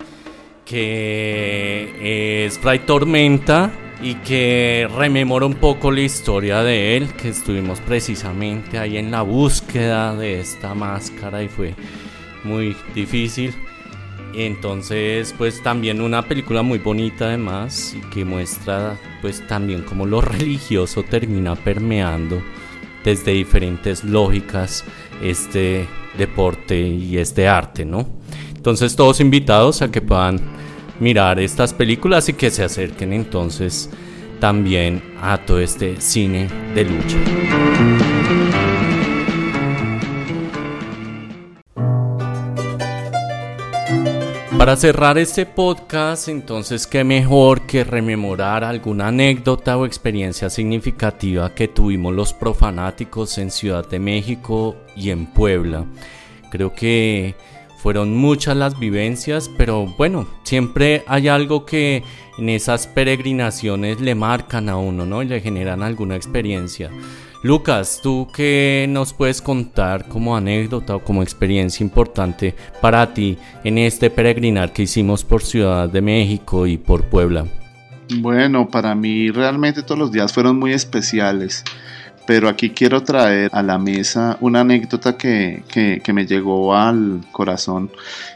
que es Fray Tormenta, y que rememora un poco la historia de él, que estuvimos precisamente ahí en la búsqueda de esta máscara y fue muy difícil. Entonces, pues también una película muy bonita además, y que muestra pues también cómo lo religioso termina permeando desde diferentes lógicas este deporte y este arte, ¿no? Entonces todos invitados a que puedan mirar estas películas y que se acerquen entonces también a todo este cine de lucha. Para cerrar este podcast, entonces qué mejor que rememorar alguna anécdota o experiencia significativa que tuvimos los profanáticos en Ciudad de México y en Puebla. Creo que fueron muchas las vivencias, pero bueno, siempre hay algo que en esas peregrinaciones le marcan a uno, ¿no? Y le generan alguna experiencia. Lucas, ¿tú qué nos puedes contar como anécdota o como experiencia importante para ti en este peregrinar que hicimos por Ciudad de México y por Puebla? Bueno, para mí realmente todos los días fueron muy especiales, pero aquí quiero traer a la mesa una anécdota que, que, que me llegó al corazón,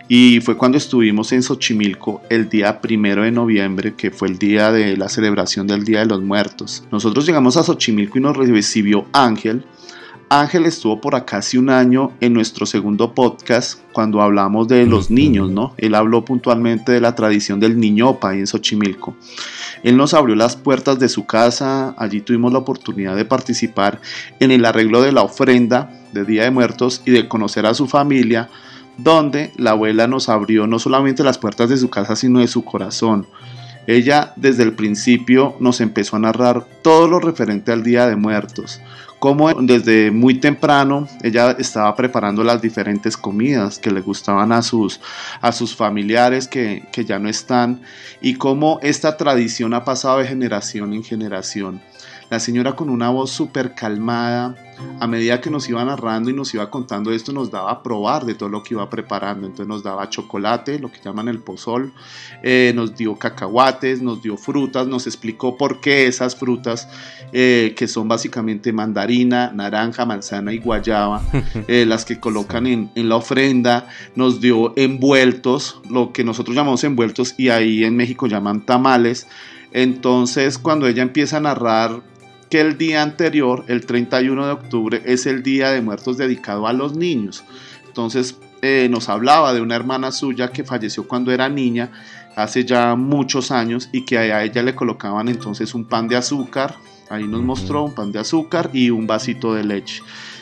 y fue cuando estuvimos en Xochimilco el día primero de noviembre, que fue el día de la celebración del Día de los Muertos. Nosotros llegamos a Xochimilco y nos recibió Ángel. Ángel estuvo por acá hace un año en nuestro segundo podcast cuando hablamos de los niños, ¿no? Él habló puntualmente de la tradición del niñopa ahí en Xochimilco. Él nos abrió las puertas de su casa, allí tuvimos la oportunidad de participar en el arreglo de la ofrenda de Día de Muertos y de conocer a su familia, donde la abuela nos abrió no solamente las puertas de su casa, sino de su corazón. Ella desde el principio nos empezó a narrar todo lo referente al Día de Muertos, cómo desde muy temprano ella estaba preparando las diferentes comidas que le gustaban a sus, a sus familiares que, que ya no están, y cómo esta tradición ha pasado de generación en generación. La señora, con una voz súper calmada, a medida que nos iba narrando y nos iba contando esto, nos daba a probar de todo lo que iba preparando. Entonces nos daba chocolate, lo que llaman el pozol, eh, nos dio cacahuates, nos dio frutas, nos explicó por qué esas frutas, eh, que son básicamente mandarina, naranja, manzana y guayaba, eh, las que colocan en, en la ofrenda. Nos dio envueltos, lo que nosotros llamamos envueltos y ahí en México llaman tamales. Entonces, cuando ella empieza a narrar que el día anterior, el treinta y uno de octubre, es el Día de Muertos dedicado a los niños, entonces eh, nos hablaba de una hermana suya que falleció cuando era niña, hace ya muchos años, y que a ella le colocaban entonces un pan de azúcar. Ahí nos mostró un pan de azúcar y un vasito de leche.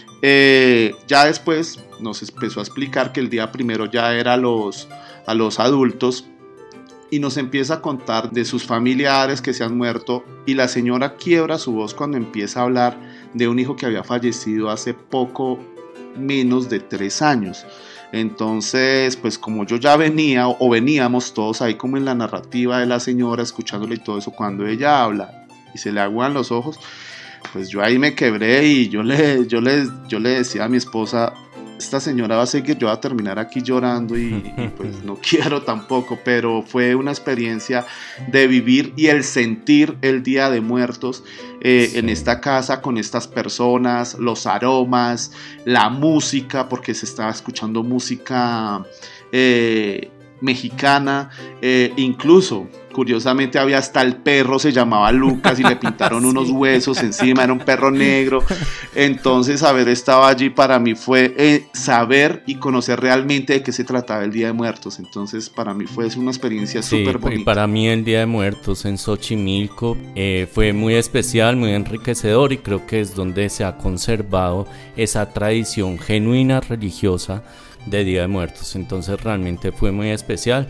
Eh, ya después nos empezó a explicar que el día primero ya era a los, a los adultos, y nos empieza a contar de sus familiares que se han muerto, y la señora quiebra su voz cuando empieza a hablar de un hijo que había fallecido hace poco menos de tres años. Entonces, pues como yo ya venía o veníamos todos ahí como en la narrativa de la señora, escuchándole y todo eso, cuando ella habla y se le aguan los ojos, pues yo ahí me quebré, y yo le, yo le, yo le decía a mi esposa: esta señora va a seguir, yo voy a terminar aquí llorando, y, y pues no quiero tampoco. Pero fue una experiencia de vivir y el sentir el Día de Muertos eh, sí. en esta casa, con estas personas, los aromas, la música, porque se estaba escuchando música eh, mexicana, eh, incluso curiosamente había hasta el perro, se llamaba Lucas, y le pintaron sí. unos huesos encima, era un perro negro. Entonces haber estado allí para mí fue eh, saber y conocer realmente de qué se trataba el Día de Muertos. Entonces para mí fue una experiencia sí, súper bonita. Y para mí el Día de Muertos en Xochimilco eh, fue muy especial, muy enriquecedor, y creo que es donde se ha conservado esa tradición genuina religiosa de Día de Muertos. Entonces realmente fue muy especial,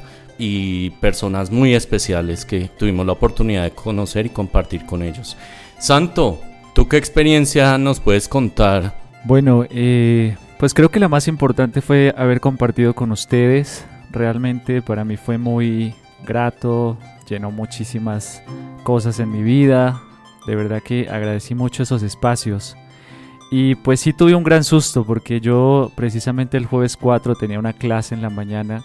y personas muy especiales que tuvimos la oportunidad de conocer y compartir con ellos. Santo, ¿tú qué experiencia nos puedes contar? Bueno, eh, pues creo que la más importante fue haber compartido con ustedes. Realmente para mí fue muy grato, llenó muchísimas cosas en mi vida. De verdad que agradecí mucho esos espacios. Y pues sí tuve un gran susto, porque yo precisamente el jueves cuatro tenía una clase en la mañana,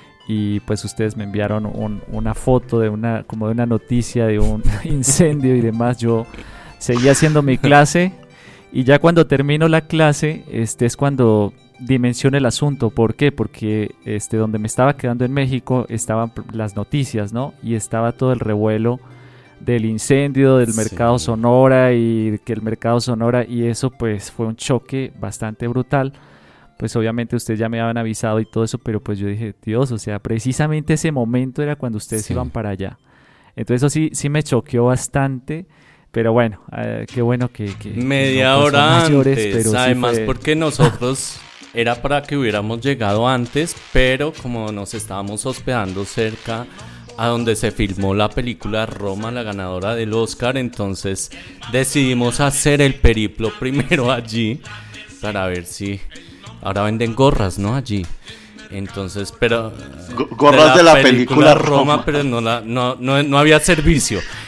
y pues ustedes me enviaron un, una foto de una, como de una noticia de un incendio y demás. Yo seguía haciendo mi clase, y ya cuando termino la clase este es cuando dimensiono el asunto. ¿Por qué? Porque este, donde me estaba quedando en México estaban las noticias, ¿no? Y estaba todo el revuelo del incendio del Mercado sí. Sonora, y que el Mercado Sonora, y eso pues fue un choque bastante brutal. Pues obviamente ustedes ya me habían avisado y todo eso, pero pues yo dije, Dios, o sea, precisamente ese momento era cuando ustedes sí. iban para allá. Entonces eso sí, sí me choqueó bastante, pero bueno, eh, qué bueno que... que Media no, pues, hora mayores, antes, pero además sí fue... porque nosotros era para que hubiéramos llegado antes, pero como nos estábamos hospedando cerca a donde se filmó la película Roma, la ganadora del Oscar, entonces decidimos hacer el periplo primero allí para ver si... Ahora venden gorras, ¿no? Allí. Entonces, pero... Gorras de la, de la película, película Roma, Roma, pero no, la, no, no, no había servicio.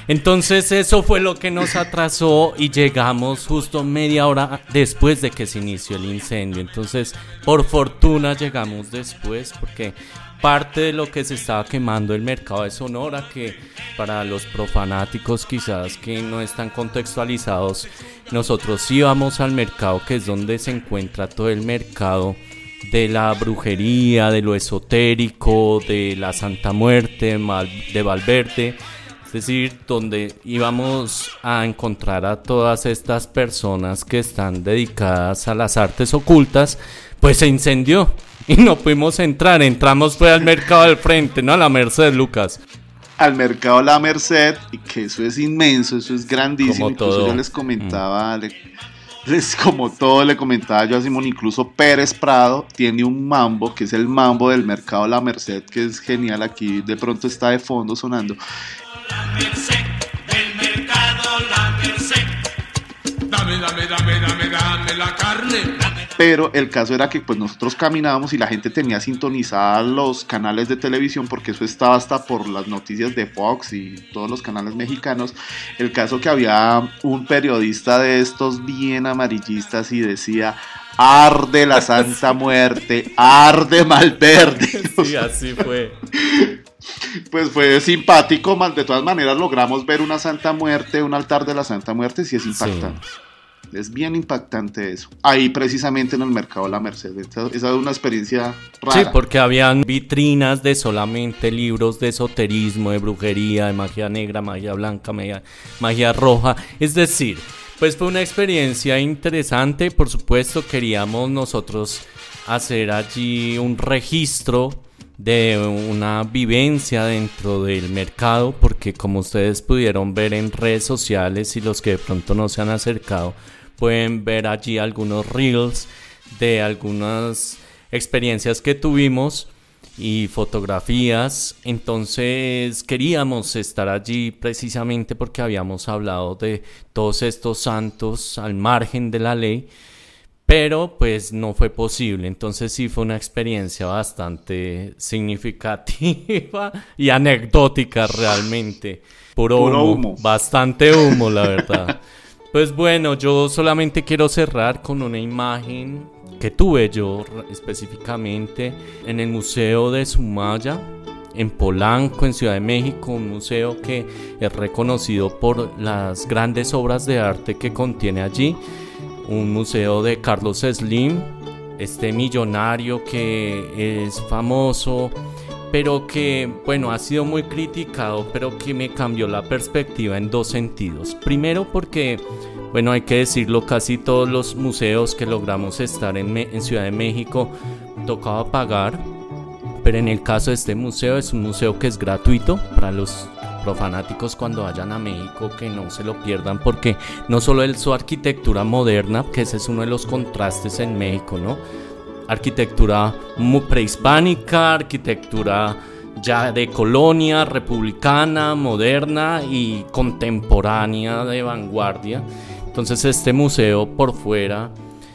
Entonces eso fue lo que nos atrasó y llegamos justo media hora después de que se inició el incendio. Entonces, por fortuna llegamos después, porque parte de lo que se estaba quemando el mercado de Sonora, que para los profanáticos quizás que no están contextualizados, nosotros íbamos al mercado, que es donde se encuentra todo el mercado de la brujería, de lo esotérico, de la Santa Muerte, de Valverde, es decir, donde íbamos a encontrar a todas estas personas que están dedicadas a las artes ocultas. Pues se incendió y no pudimos entrar, entramos fue al mercado del frente, no a la Merced, Lucas. Al mercado La Merced, y que eso es inmenso, eso es grandísimo. Como todo. Incluso yo les comentaba, mm. le, les, como todo le comentaba yo a Simón, incluso Pérez Prado tiene un mambo, que es el mambo del mercado La Merced, que es genial, aquí de pronto está de fondo sonando. La Merced, del mercado La Merced, dame, dame, dame, dame, dame la carne. Pero el caso era que pues nosotros caminábamos y la gente tenía sintonizadas los canales de televisión, porque eso estaba hasta por las noticias de Fox y todos los canales mexicanos. El caso que había un periodista de estos bien amarillistas y decía: arde la Santa Muerte, arde Malverde. Sí, así fue. Pues fue simpático, de todas maneras logramos ver una Santa Muerte, un altar de la Santa Muerte, sí es impactante. Sí. Es bien impactante eso. Ahí precisamente en el mercado La Merced. Esa es una experiencia rara. Sí, porque habían vitrinas de solamente libros de esoterismo, de brujería, de magia negra, magia blanca, magia, magia roja. Es decir, pues fue una experiencia interesante. Por supuesto, queríamos nosotros hacer allí un registro de una vivencia dentro del mercado, porque como ustedes pudieron ver en redes sociales, y los que de pronto no se han acercado pueden ver allí algunos reels de algunas experiencias que tuvimos y fotografías. Entonces queríamos estar allí precisamente porque habíamos hablado de todos estos santos al margen de la ley, pero pues no fue posible. Entonces sí fue una experiencia bastante significativa y anecdótica realmente. Puro, Puro humo, humo, bastante humo la verdad. Pues bueno, yo solamente quiero cerrar con una imagen que tuve yo específicamente en el Museo de Sumaya, en Polanco, en Ciudad de México, un museo que es reconocido por las grandes obras de arte que contiene allí. Un museo de Carlos Slim, este millonario que es famoso, pero que, bueno, ha sido muy criticado, pero que me cambió la perspectiva en dos sentidos. Primero porque, bueno, hay que decirlo, casi todos los museos que logramos estar en, en Ciudad de México tocaba pagar, pero en el caso de este museo es un museo que es gratuito para los profanáticos cuando vayan a México, que no se lo pierdan, porque no solo es su arquitectura moderna, que ese es uno de los contrastes en México, ¿no? Arquitectura muy prehispánica, arquitectura ya de colonia, republicana, moderna y contemporánea de vanguardia. Entonces este museo por fuera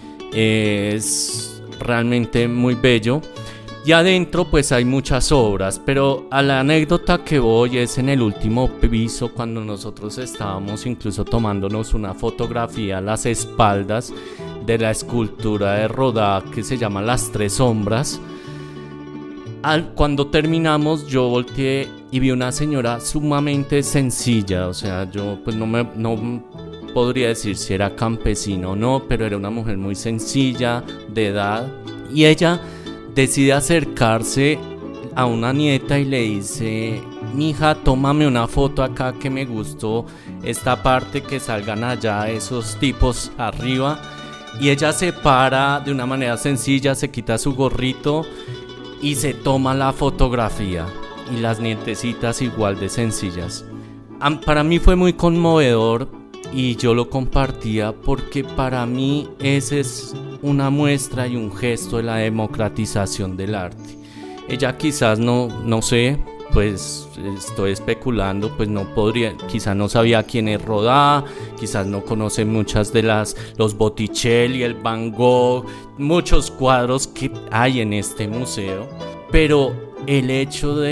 es realmente muy bello. Y adentro pues hay muchas obras, pero a la anécdota que voy es en el último piso, cuando nosotros estábamos incluso tomándonos una fotografía a las espaldas de la escultura de Rodin que se llama Las Tres Sombras. Al, cuando terminamos yo volteé y vi una señora sumamente sencilla, o sea, yo pues no me no podría decir si era campesina o no, pero era una mujer muy sencilla, de edad, y ella decide acercarse a una nieta y le dice: mija, tómame una foto acá que me gustó esta parte, que salgan allá esos tipos arriba. Y ella se para de una manera sencilla, se quita su gorrito y se toma la fotografía, y las nietecitas igual de sencillas. Para mí fue muy conmovedor y yo lo compartía porque para mí ese es una muestra y un gesto de la democratización del arte. Ella quizás no, no sé, pues estoy especulando, pues no podría, quizás no sabía quién es Rodin, quizás no conoce muchas de las, los Botticelli, el Van Gogh, muchos cuadros que hay en este museo, pero el hecho de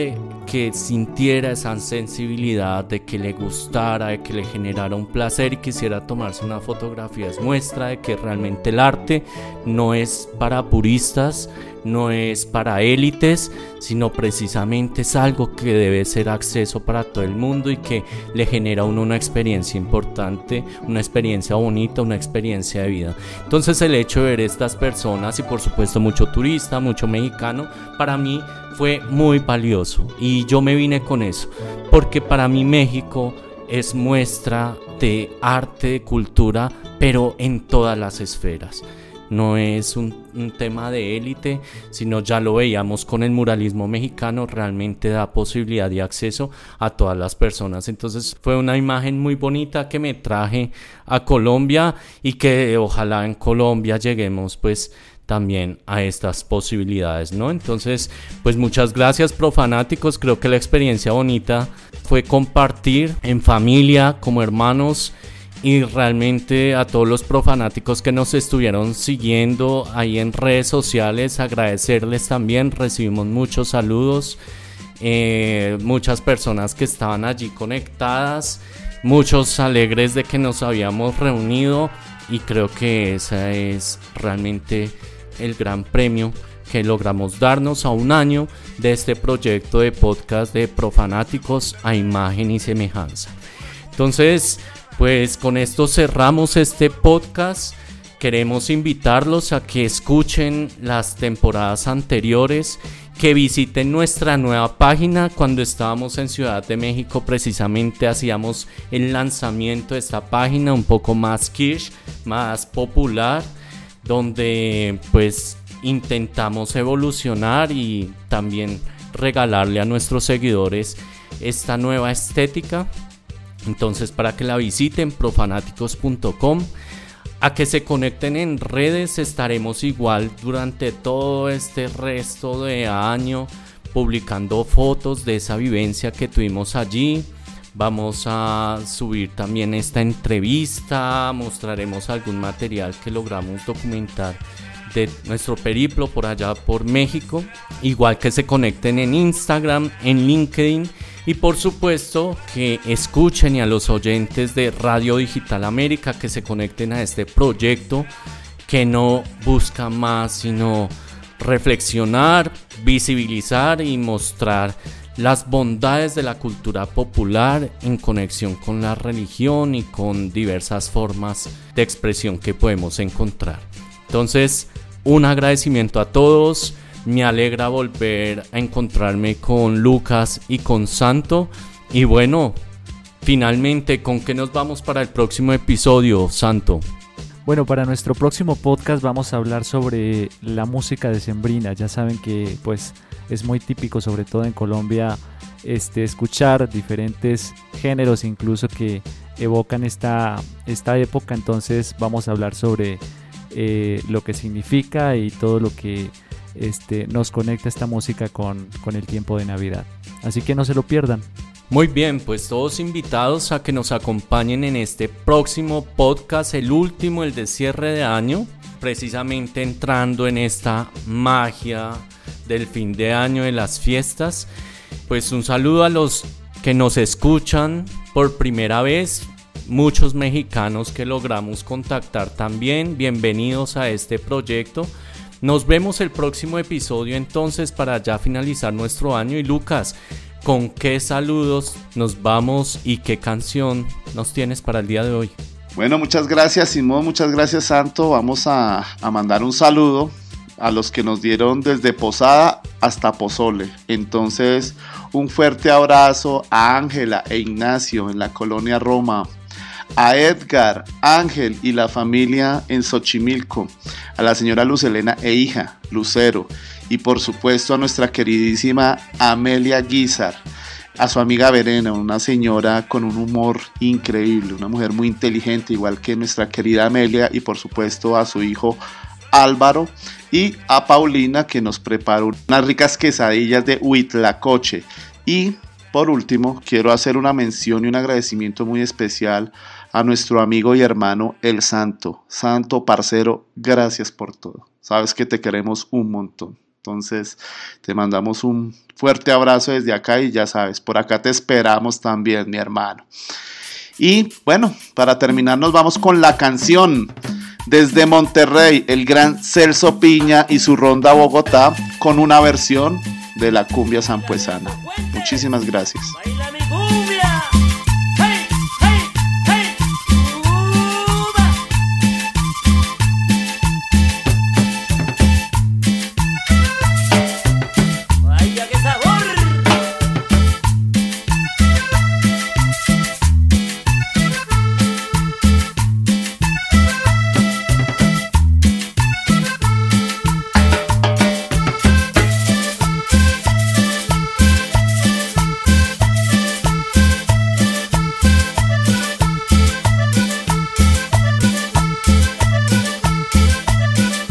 que sintiera esa sensibilidad, de que le gustara, de que le generara un placer y quisiera tomarse una fotografía. Es muestra de que realmente el arte no es para puristas, no es para élites, sino precisamente es algo que debe ser acceso para todo el mundo y que le genera a uno una experiencia importante, una experiencia bonita, una experiencia de vida. Entonces el hecho de ver estas personas y por supuesto mucho turista, mucho mexicano, para mí fue muy valioso y yo me vine con eso, porque para mí México es muestra de arte, de cultura, pero en todas las esferas. No es un, un tema de élite, sino ya lo veíamos con el muralismo mexicano, realmente da posibilidad de acceso a todas las personas. Entonces fue una imagen muy bonita que me traje a Colombia y que ojalá en Colombia lleguemos pues también a estas posibilidades, ¿no? Entonces, pues muchas gracias, profanáticos. Creo que la experiencia bonita fue compartir en familia, como hermanos, y realmente a todos los profanáticos que nos estuvieron siguiendo ahí en redes sociales, agradecerles también. Recibimos muchos saludos, eh, muchas personas que estaban allí conectadas, muchos alegres de que nos habíamos reunido, y creo que ese es realmente el gran premio que logramos darnos a un año de este proyecto de podcast de Profanáticos a Imagen y Semejanza. Entonces, pues con esto cerramos este podcast. Queremos invitarlos a que escuchen las temporadas anteriores, que visiten nuestra nueva página. Cuando estábamos en Ciudad de México, precisamente hacíamos el lanzamiento de esta página un poco más kitsch, más popular, donde pues intentamos evolucionar y también regalarle a nuestros seguidores esta nueva estética. Entonces, para que la visiten, profanáticos punto com, a que se conecten en redes. Estaremos igual durante todo este resto de año publicando fotos de esa vivencia que tuvimos allí. Vamos a subir también esta entrevista, mostraremos algún material que logramos documentar de nuestro periplo por allá por México. Igual que se conecten en Instagram, en LinkedIn, y por supuesto que escuchen, y a los oyentes de Radio Digital América que se conecten a este proyecto que no busca más sino reflexionar, visibilizar y mostrar las bondades de la cultura popular en conexión con la religión y con diversas formas de expresión que podemos encontrar. Entonces, un agradecimiento a todos. Me alegra volver a encontrarme con Lucas y con Santo. Y bueno, finalmente, ¿con qué nos vamos para el próximo episodio, Santo? Bueno, para nuestro próximo podcast vamos a hablar sobre la música decembrina. Ya saben que pues es muy típico, sobre todo en Colombia, este, escuchar diferentes géneros incluso que evocan esta, esta época. Entonces vamos a hablar sobre eh, lo que significa y todo lo que este, nos conecta esta música con, con el tiempo de Navidad. Así que no se lo pierdan. Muy bien, pues todos invitados a que nos acompañen en este próximo podcast, el último, el de cierre de año, precisamente entrando en esta magia del fin de año, de las fiestas. Pues un saludo a los que nos escuchan por primera vez, muchos mexicanos que logramos contactar también. Bienvenidos a este proyecto. Nos vemos el próximo episodio entonces para ya finalizar nuestro año. Y Lucas, ¿con qué saludos nos vamos y qué canción nos tienes para el día de hoy? Bueno, muchas gracias, Simón, muchas gracias, Santo. Vamos a, a mandar un saludo a los que nos dieron desde Posada hasta Pozole. Entonces, un fuerte abrazo a Ángela e Ignacio en la colonia Roma, a Edgar, Ángel y la familia en Xochimilco, a la señora Lucelena e hija, Lucero, y por supuesto a nuestra queridísima Amelia Guizar, a su amiga Verena, una señora con un humor increíble, una mujer muy inteligente, igual que nuestra querida Amelia, y por supuesto a su hijo Álvaro, y a Paulina, que nos preparó unas ricas quesadillas de Huitlacoche. Y por último, quiero hacer una mención y un agradecimiento muy especial a nuestro amigo y hermano El Santo. Santo, parcero, gracias por todo. Sabes que te queremos un montón. Entonces te mandamos un fuerte abrazo desde acá y ya sabes, por acá te esperamos también, mi hermano. Y bueno, para terminar nos vamos con la canción. Desde Monterrey, el gran Celso Piña y su Ronda Bogotá con una versión de la cumbia sampuesana. Muchísimas gracias.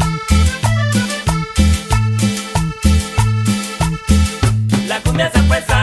La cumbia sampuesana.